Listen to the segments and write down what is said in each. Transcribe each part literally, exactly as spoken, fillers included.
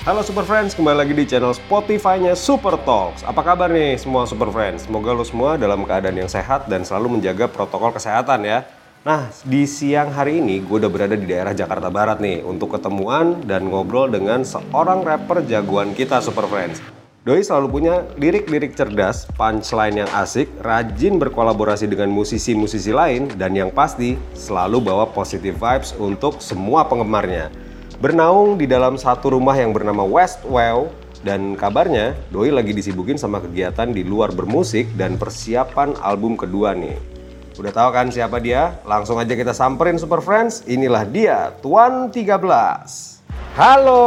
Halo Super Friends, kembali lagi di channel Spotify-nya Super Talks. Apa kabar nih semua Super Friends? Semoga lo semua dalam keadaan yang sehat dan selalu menjaga protokol kesehatan ya. Nah, di siang hari ini gue udah berada di daerah Jakarta Barat nih untuk ketemuan dan ngobrol dengan seorang rapper jagoan kita Super Friends. Doi selalu punya lirik-lirik cerdas, punchline yang asik, rajin berkolaborasi dengan musisi-musisi lain, dan yang pasti selalu bawa positive vibes untuk semua penggemarnya. Bernaung di dalam satu rumah yang bernama Westwell, dan kabarnya Doi lagi disibukin sama kegiatan di luar bermusik dan persiapan album kedua nih. Udah tahu kan siapa dia? Langsung aja kita samperin Super Friends. Inilah dia, Tuan tiga belas. Halo,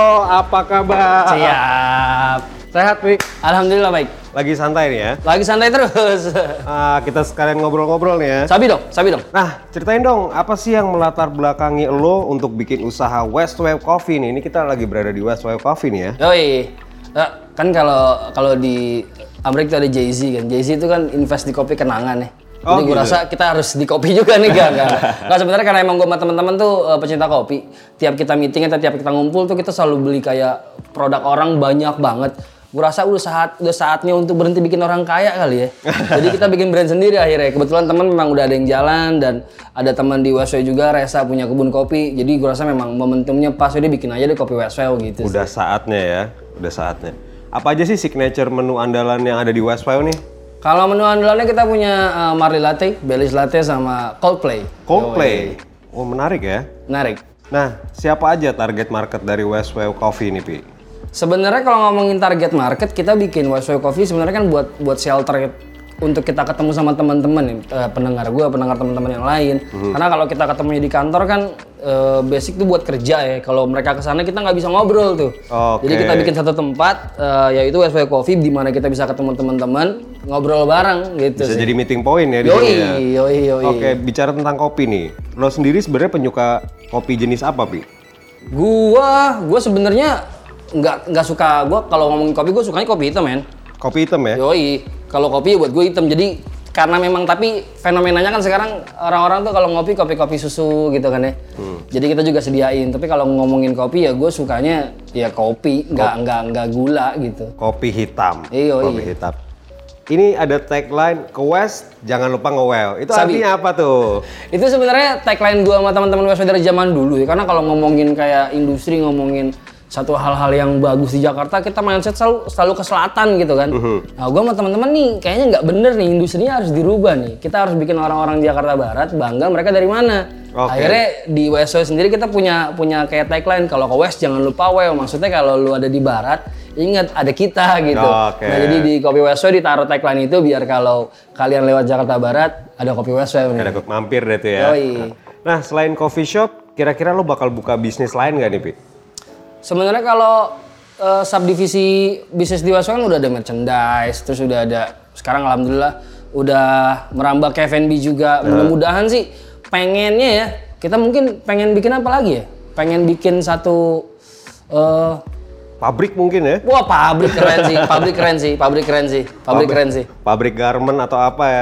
apa kabar? Siap. Sehat, Pi? Alhamdulillah baik. Lagi santai nih ya? Lagi santai terus. Ah, kita sekalian ngobrol-ngobrol nih ya. Sabi dong, sabi dong. Nah, ceritain dong, apa sih yang melatar belakangi lo untuk bikin usaha Westwell Coffee nih? Ini kita lagi berada di Westwell Coffee nih ya. Yoi. Eh, kan kalau kalau di Amerika itu ada Jay-Z kan. Jay-Z itu kan invest di kopi kenangan nih. Oh, Jadi gue gitu. rasa kita harus di kopi juga nih, gak? Gak, gak sebenarnya karena emang gue sama teman-teman tuh uh, pecinta kopi. Tiap kita meeting atau tiap kita ngumpul tuh kita selalu beli kayak produk orang banyak banget. Gue rasa udah saat udah saatnya untuk berhenti bikin orang kaya kali ya. Jadi kita bikin brand sendiri akhirnya. Kebetulan teman memang udah ada yang jalan dan ada teman di Westwell juga, Resa punya kebun kopi. Jadi gue rasa memang momentumnya pas, jadi bikin aja deh kopi Westwell gitu. Udah sih. saatnya ya, udah saatnya. Apa aja sih signature menu andalan yang ada di Westwell nih? Kalau menu andalannya kita punya uh, Marley Latte, Baileys Latte sama Coldplay. Coldplay. Oh, menarik ya. Menarik. Nah, siapa aja target market dari Westwell Coffee ini, Pi? Sebenarnya kalau ngomongin target market, kita bikin Westwell Coffee sebenarnya kan buat buat shelter untuk kita ketemu sama teman-teman nih, uh, pendengar gue, pendengar teman-teman yang lain. Hmm. Karena kalau kita ketemunya di kantor kan uh, basic tuh buat kerja ya. Kalau mereka kesana kita nggak bisa ngobrol tuh. Okay. Jadi kita bikin satu tempat uh, yaitu Westwell Coffee di mana kita bisa ketemu teman-teman ngobrol bareng gitu. Bisa sih. jadi meeting point ya di yoi, sini ya. Yoi, yoi. Oke, bicara tentang kopi nih. Lo sendiri sebenarnya penyuka kopi jenis apa, Pi? Gua, gua sebenarnya nggak nggak suka. Gua kalau ngomongin kopi, gua sukanya kopi hitam, men. Kopi hitam ya? Yoi, kalau kopi buat gue hitam. Jadi karena memang tapi fenomenanya kan sekarang orang-orang tuh kalau ngopi kopi-kopi susu gitu kan ya. Hmm. Jadi kita juga sediain. Tapi kalau ngomongin kopi ya gue sukanya ya kopi, nggak nggak nggak gula gitu. Kopi hitam. Iya, kopi iya. hitam. Ini ada tagline ke West, jangan lupa nge-well. Itu Sabi. artinya apa tuh? Itu sebenarnya tagline gue sama teman-teman Westwell dari zaman dulu ya. Karena kalau ngomongin kayak industri, ngomongin satu hal-hal yang bagus di Jakarta, kita mindset selalu selalu ke selatan gitu kan. Uh-huh. Nah, gue sama teman-teman nih kayaknya nggak bener nih, industrinya harus dirubah nih. Kita harus bikin orang-orang di Jakarta Barat bangga mereka dari mana. Okay. Akhirnya di Westwell sendiri kita punya punya kayak tagline, kalau ke West jangan lupa well. Maksudnya kalau lu ada di Barat, ingat ada kita gitu. Okay. Nah, jadi di kopi Westwell ditaruh tagline itu biar kalau kalian lewat Jakarta Barat ada kopi Westwell nih. Ada mampir deh tuh ya. Yoi. Nah, selain coffee shop, kira-kira lo bakal buka bisnis lain nggak nih, Pi? Sebenarnya kalau uh, subdivisi bisnis di Westwell kan udah ada merchandise, terus udah ada, sekarang alhamdulillah udah merambah ke F and B juga. Mudah-mudahan sih pengennya ya, kita mungkin pengen bikin apa lagi ya? Pengen bikin satu uh, pabrik mungkin ya? Wah, pabrik keren sih, pabrik keren sih, pabrik keren sih, pabrik keren sih. Pabrik garment atau apa ya?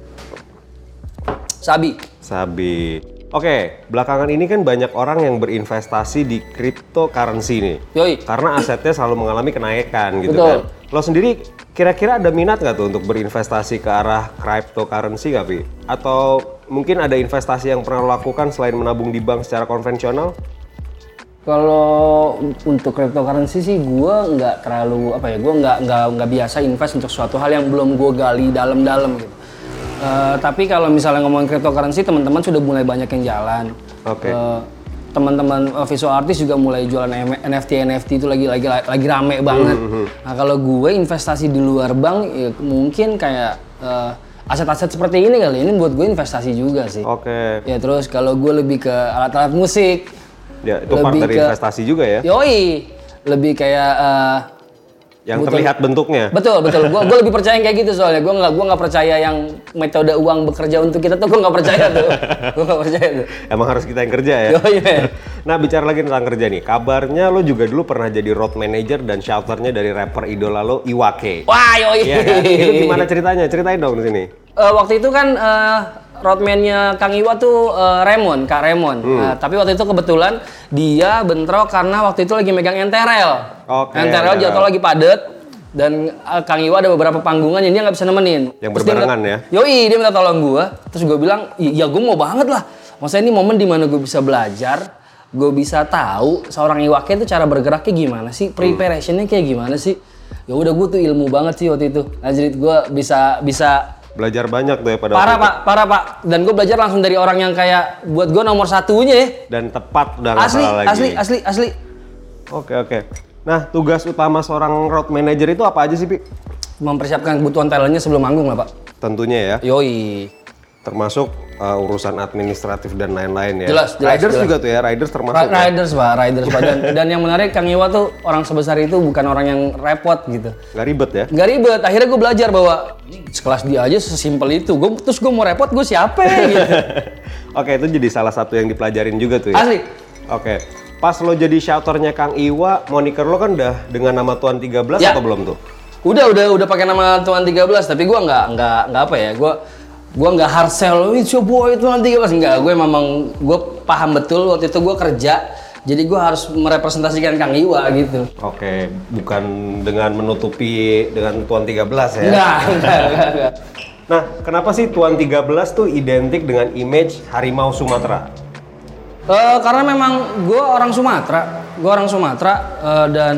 Sabi. Sabi. Oke, belakangan ini kan banyak orang yang berinvestasi di cryptocurrency nih. Yoi. Karena asetnya selalu mengalami kenaikan gitu. Betul. Kan. Lo sendiri kira-kira ada minat nggak tuh untuk berinvestasi ke arah cryptocurrency nggak, Pi? Atau mungkin ada investasi yang pernah lo lakukan selain menabung di bank secara konvensional? Kalau untuk cryptocurrency sih gue nggak terlalu apa ya, gue nggak nggak nggak biasa invest untuk suatu hal yang belum gue gali dalam-dalam gitu. Uh, tapi kalau misalnya ngomongin cryptocurrency, teman-teman sudah mulai banyak yang jalan. Oke. Okay. Uh, teman-teman uh, visual artist juga mulai jualan N F T N F T itu lagi lagi lagi rame banget. Mm-hmm. Nah, kalau gue investasi di luar bank ya mungkin kayak uh, aset-aset seperti ini kali. Ini buat gue investasi juga sih. Oke. Okay. Ya terus kalau gue lebih ke alat-alat musik. Ya, itu part dari ke, investasi juga ya? Yoi, lebih kayak uh, yang betul, terlihat bentuknya. Betul, betul. Gue gue lebih percaya yang kayak gitu soalnya. Gue nggak gue nggak percaya yang metode uang bekerja untuk kita tuh, gue nggak percaya tuh. Gue nggak percaya tuh. Emang harus kita yang kerja ya? Yoi, yeah. Nah, bicara lagi tentang kerja nih. Kabarnya lo juga dulu pernah jadi road manager dan shelternya dari rapper idola lo, Iwake. Wah, yoi. Ya, kan? Itu gimana ceritanya? Ceritain dong di sini. Uh, waktu itu kan uh, roadman-nya Kang Iwa tuh uh, Raymond, Kak Raymond. Hmm. Nah, tapi waktu itu kebetulan dia bentrok karena waktu itu lagi megang N T R L. Oke. N T R L jatuh lagi padet dan uh, Kang Iwa ada beberapa panggungan yang dia nggak bisa nemenin. Yang berbarengan ya? Yoi, dia minta tolong gue. Terus gue bilang, ya gue mau banget lah. Maksudnya ini momen dimana gue bisa belajar, gue bisa tahu seorang Iwake itu cara bergeraknya gimana sih, preparationnya kayak gimana sih. Ya udah gue tuh ilmu banget sih waktu itu. Nah jadi gue bisa bisa belajar banyak tuh ya pada parah waktu pak, parah pak. Dan gue belajar langsung dari orang yang kayak buat gue nomor satunya ya. Dan tepat udah nggak Asli, salah lagi. asli, asli, asli. Oke oke. Nah tugas utama seorang road manager itu apa aja sih Pi? Mempersiapkan kebutuhan talentnya sebelum manggung lah pak. Tentunya ya. Yoi. Termasuk uh, urusan administratif dan lain-lain ya. Jelas, jelas. Riders jelas. juga tuh ya, riders termasuk. Ra- riders pak, riders pak. Dan, dan yang menarik Kang Iwa tuh orang sebesar itu bukan orang yang repot gitu. Gak ribet ya? Gak ribet. Akhirnya gue belajar bahwa sekelas dia aja sesimpel itu. Gua, terus gue mau repot gue siapa gitu. Oke, itu jadi salah satu yang dipelajarin juga tuh ya. Asli. Oke. Pas lo jadi shouternya Kang Iwa, moniker lo kan udah dengan nama Tuan tiga belas Ya. atau belum tuh? Udah, udah, udah pakai nama Tuan tiga belas, tapi gue nggak, nggak, nggak apa ya, gue, gue nggak hard sell, it's your boy Tuan tiga belas, enggak, gue memang, gue paham betul waktu itu gue kerja, jadi gue harus merepresentasikan Kang Iwa gitu. Oke, bukan dengan menutupi dengan Tuan tiga belas ya? Enggak, enggak, enggak, enggak. Nah, kenapa sih Tuan tiga belas tuh identik dengan image harimau Sumatera? Uh, karena memang gue orang Sumatera, gue orang Sumatera uh, dan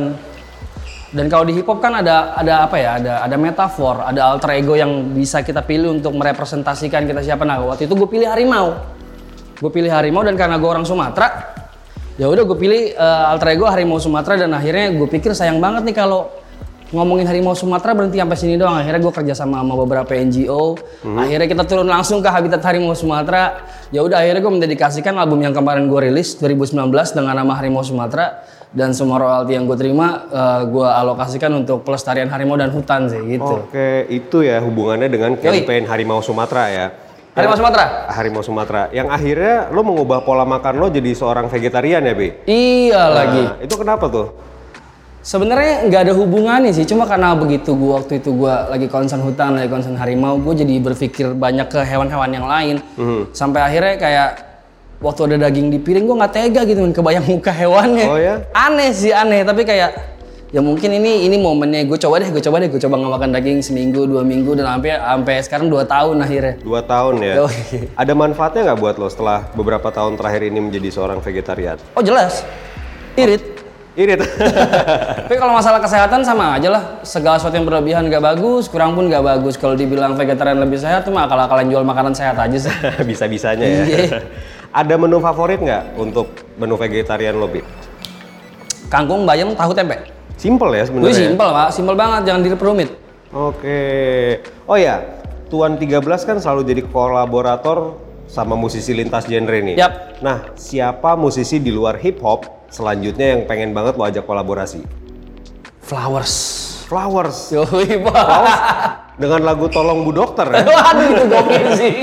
Dan kalau di hip hop kan ada ada apa ya? Ada ada metafor, ada alter ego yang bisa kita pilih untuk merepresentasikan kita siapa. Nah, waktu itu gue pilih harimau. Gue pilih harimau dan karena gue orang Sumatera, ya udah gue pilih uh, alter ego harimau Sumatera dan akhirnya gue pikir sayang banget nih kalau ngomongin harimau Sumatera berhenti sampai sini doang. Akhirnya gue kerja sama sama beberapa N G O. Hmm. Akhirnya kita turun langsung ke habitat harimau Sumatera. Ya udah akhirnya gue mendedikasikan album yang kemarin gue rilis dua ribu sembilan belas dengan nama Harimau Sumatera. Dan semua royalti yang gue terima, uh, gue alokasikan untuk pelestarian harimau dan hutan sih gitu. Oke, itu ya hubungannya dengan campaign Harimau Sumatera ya. Harimau Sumatera? Harimau Sumatera. Yang akhirnya lo mengubah pola makan lo jadi seorang vegetarian ya, Bi? Iya nah, lagi. Itu kenapa tuh? Sebenarnya nggak ada hubungannya sih, cuma karena begitu gue waktu itu gue lagi concern hutan, lagi concern harimau, gue jadi berpikir banyak ke hewan-hewan yang lain. Mm-hmm. Sampai akhirnya kayak waktu ada daging di piring gue nggak tega gitu men, kebayang muka hewannya. Oh ya? Aneh sih aneh, tapi kayak ya mungkin ini ini momennya gue coba deh, gue coba deh, gue coba nggak makan daging seminggu, dua minggu dan sampai sampai sekarang dua tahun akhirnya. Dua tahun ya. Oh, iya. Ada manfaatnya nggak buat lo setelah beberapa tahun terakhir ini menjadi seorang vegetarian? Oh jelas, irit. Oh, irit. Tapi kalau masalah kesehatan sama aja lah, segala sesuatu yang berlebihan nggak bagus, kurang pun nggak bagus. Kalau dibilang vegetarian lebih sehat, tuh mah akal-akalan jual makanan sehat aja sih. Bisa-bisanya ya. Ada menu favorit nggak untuk menu vegetarian lo, Bi? Kangkung, bayam, tahu, tempe. Simple ya sebenarnya. Wih, simple pak, simple banget, jangan diperumit. Oke. Oh ya, Tuan tiga belas kan selalu jadi kolaborator sama musisi lintas genre nih. Yap. Nah, siapa musisi di luar hip hop selanjutnya yang pengen banget lo ajak kolaborasi? Flowers. Flowers. Yoi, pak. Flowers dengan lagu Tolong Bu Dokter ya. Waduh, itu gokil sih.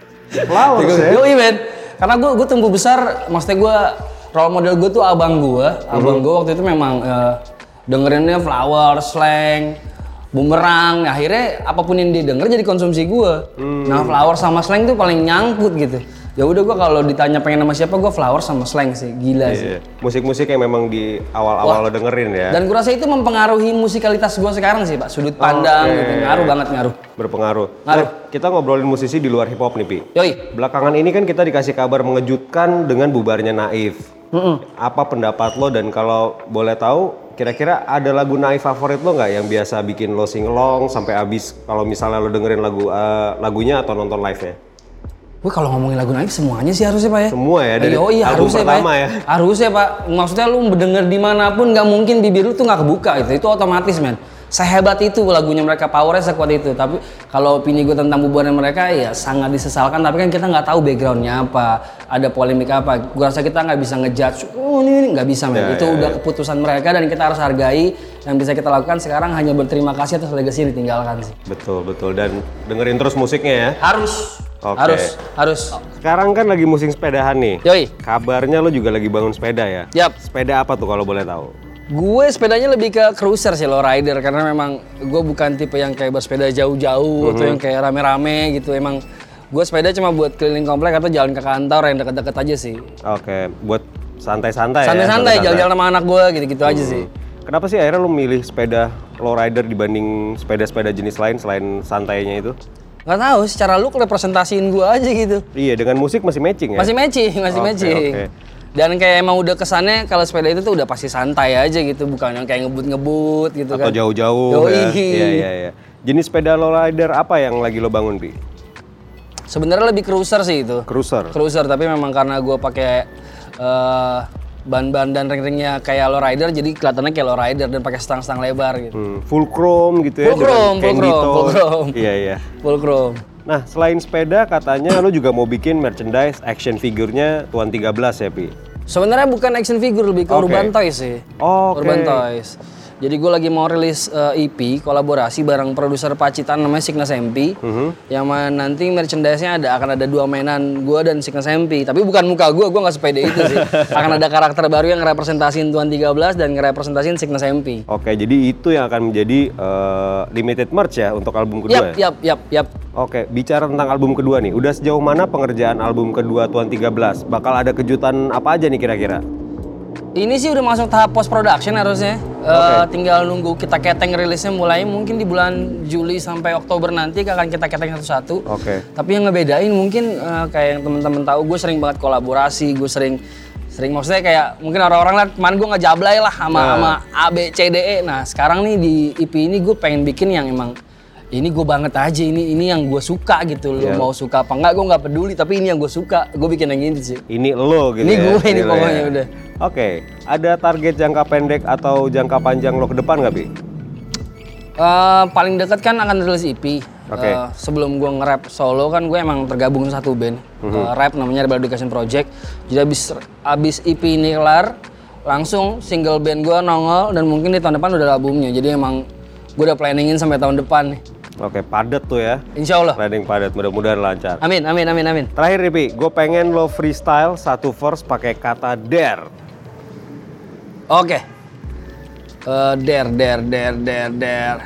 Flowers ya. Yoi, men. Karena gue gue tumbuh besar, maksudnya gue role model gue tuh abang gue, abang gue waktu itu memang uh, dengerinnya Flower, Slang, Bumerang. Akhirnya apapun yang dia denger jadi konsumsi gue. Hmm. Nah Flower sama Slang tuh paling nyangkut gitu. Ya udah gue kalau ditanya pengen sama siapa, gue Flower sama Slang sih, gila yeah. sih. Musik-musik yang memang di awal-awal lo dengerin ya. Dan gue rasa itu mempengaruhi musikalitas gue sekarang sih pak, sudut pandang okay. gitu, ngaruh banget ngaruh. Berpengaruh. Ngaruh. Nah, kita ngobrolin musisi di luar hip hop nih Pi. Yoi. Belakangan ini kan kita dikasih kabar mengejutkan dengan bubarnya Naif. Mm-mm. Apa pendapat lo dan kalau boleh tahu kira-kira ada lagu Naif favorit lo nggak yang biasa bikin lo singelong sampai habis kalau misalnya lo dengerin lagu uh, lagunya atau nonton live-nya? Wih kalau ngomongin lagu Naif semuanya sih harusnya pak ya. Semua ya dari oh, iya, album harusnya, pertama pak, ya. Harusnya pak. Maksudnya lu mendengar dimanapun nggak mungkin bibir lu tuh nggak kebuka gitu. Itu otomatis men. Sehebat itu lagunya mereka, powernya sekuat itu. Tapi kalau opini gue tentang bubaran mereka ya sangat disesalkan. Tapi kan kita nggak tahu backgroundnya apa, ada polemik apa. Gue rasa kita nggak bisa ngejudge. Oh ini, ini. nggak bisa men. Ya, itu ya, udah ya. keputusan mereka dan kita harus hargai. Yang bisa kita lakukan sekarang hanya berterima kasih atas legacy yang ditinggalkan sih. Betul betul dan dengerin terus musiknya ya. Harus. Oke. Harus, harus. Sekarang kan lagi musim sepedahan nih. Yoi. Kabarnya lo juga lagi bangun sepeda ya? Yap. Sepeda apa tuh kalau boleh tahu? Gue sepedanya lebih ke cruiser sih lo, rider. Karena memang gue bukan tipe yang kayak bersepeda jauh-jauh mm-hmm. atau yang kayak rame-rame gitu. Emang Gue sepeda cuma buat keliling komplek atau jalan ke kantor yang deket-deket aja sih. Oke, buat santai-santai ya? Santai-santai, jalan-jalan sama anak gue gitu-gitu aja sih. Kenapa sih akhirnya lu milih sepeda lowrider dibanding sepeda-sepeda jenis lain selain santainya itu? Gak tahu, secara look representasiin gue aja gitu. Iya, dengan musik masih matching ya? Masih matching, masih Oke, matching. oke. Dan kayak emang udah kesannya kalau sepeda itu tuh udah pasti santai aja gitu, bukan yang kayak ngebut-ngebut gitu kan. Atau jauh-jauh ya? Iya, iya, iya. Jenis sepeda lowrider apa yang lagi lo bangun, Pi? Sebenarnya lebih cruiser sih itu. Cruiser? Cruiser, tapi memang karena gue pakai uh, ban-ban dan ring-ringnya kayak lowrider, jadi kelihatannya kayak lowrider dan pakai stang-stang lebar gitu. Hmm, full chrome gitu ya? Full chrome, full Candy chrome, tone. full chrome. Iya, iya. Full chrome. Nah, selain sepeda katanya lo juga mau bikin merchandise action figurnya Tuan tiga belas ya, Pi? Sebenarnya bukan action figure, lebih ke Oke. urban toys sih. Oke. Urban toys. Jadi gue lagi mau rilis uh, E P kolaborasi bareng produser Pacitan namanya Signas M P. Mhm. Yang mana nanti merchandise-nya ada akan ada dua mainan gue dan Signas M P. Tapi bukan muka gue, gue nggak sepede itu sih. Akan ada karakter baru yang ngerepresentasiin Tuan tiga belas dan ngerepresentasiin Signas M P. Oke, jadi itu yang akan menjadi uh, limited merch ya untuk album Yap, kedua ya? yap, yap, yap. Oke, bicara tentang album kedua nih, udah sejauh mana pengerjaan album kedua Tuan tiga belas? Bakal ada kejutan apa aja nih kira-kira? Ini sih udah masuk tahap post production harusnya. Uh, tinggal nunggu kita keteng rilisnya mulai mungkin di bulan Juli sampai Oktober nanti akan kita keteng satu-satu. Oke. Tapi yang ngebedain mungkin uh, kayak yang teman-teman tahu gue sering banget kolaborasi, gue sering sering maksudnya kayak mungkin orang-orang lihat kemarin gue ngejablay lah sama Nah. sama A B C D E. Nah sekarang nih di E P ini gue pengen bikin yang emang ini gue banget aja, ini ini yang gue suka gitu. Lo Iya. mau suka apa enggak gue nggak peduli, tapi ini yang gue suka, gue bikin yang ini sih. Ini lo gitu Ini ya? gue, ini lo pokoknya ya? udah. Oke, ada target jangka pendek atau jangka panjang lo ke depan nggak, Bi? Uh, paling dekat kan akan rilis E P. Oke. Uh, sebelum gue nge-rap solo kan gue emang tergabung satu band. Uh, rap namanya Rebel Education Project. Jadi abis, abis E P ini kelar, langsung single band gue nongol dan mungkin di tahun depan udah ada albumnya. Jadi emang gue udah planningin sampai tahun depan nih. Oke, padat tuh ya. Insya Allah. Planning padat, mudah-mudahan lancar. Amin, amin, amin, amin. Terakhir nih, Pi, gue pengen lo freestyle satu verse pakai kata dare. Oke. Uh, dare, dare, dare, dare, dare.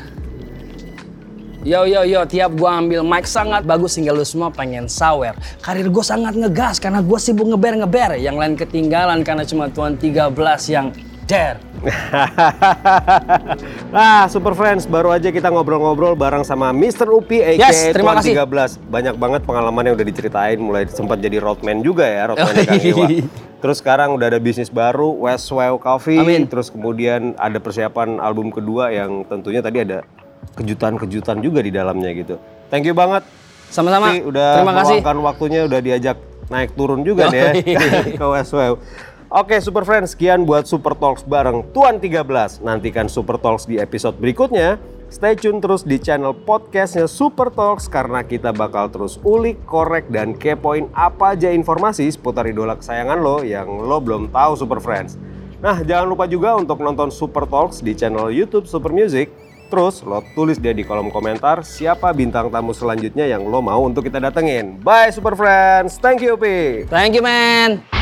Yo, yo, yo, tiap gua ambil mic sangat bagus hingga lu semua pengen sawer. Karir gue sangat ngegas karena gue sibuk ngeber-ngeber. Yang lain ketinggalan karena cuma Tuan tiga belas yang dare. Nah, Super Friends, baru aja kita ngobrol-ngobrol bareng sama mister Upi aka Yes, terima Tuan kasih. tiga belas. Banyak banget pengalaman yang udah diceritain, mulai sempat jadi roadman juga ya, roadman Oh, Kang Iwa. iya. Terus sekarang udah ada bisnis baru, Westwell Coffee. Amin. Terus kemudian ada persiapan album kedua yang tentunya tadi ada kejutan-kejutan juga di dalamnya gitu. Thank you banget. Sama-sama. Upi, udah Terima kasih. meluangkan waktunya, udah diajak naik turun juga nih ya ke Westwell. Oke Super Friends, sekian buat Super Talks bareng Tuan tiga belas. Nantikan Super Talks di episode berikutnya. Stay tune terus di channel podcastnya Super Talks karena kita bakal terus ulik, korek, dan kepoin apa aja informasi seputar idola kesayangan lo yang lo belum tahu Super Friends. Nah jangan lupa juga untuk nonton Super Talks di channel YouTube Super Music. Terus lo tulis dia di kolom komentar siapa bintang tamu selanjutnya yang lo mau untuk kita datengin. Bye Super Friends, thank you Pi. Thank you, man.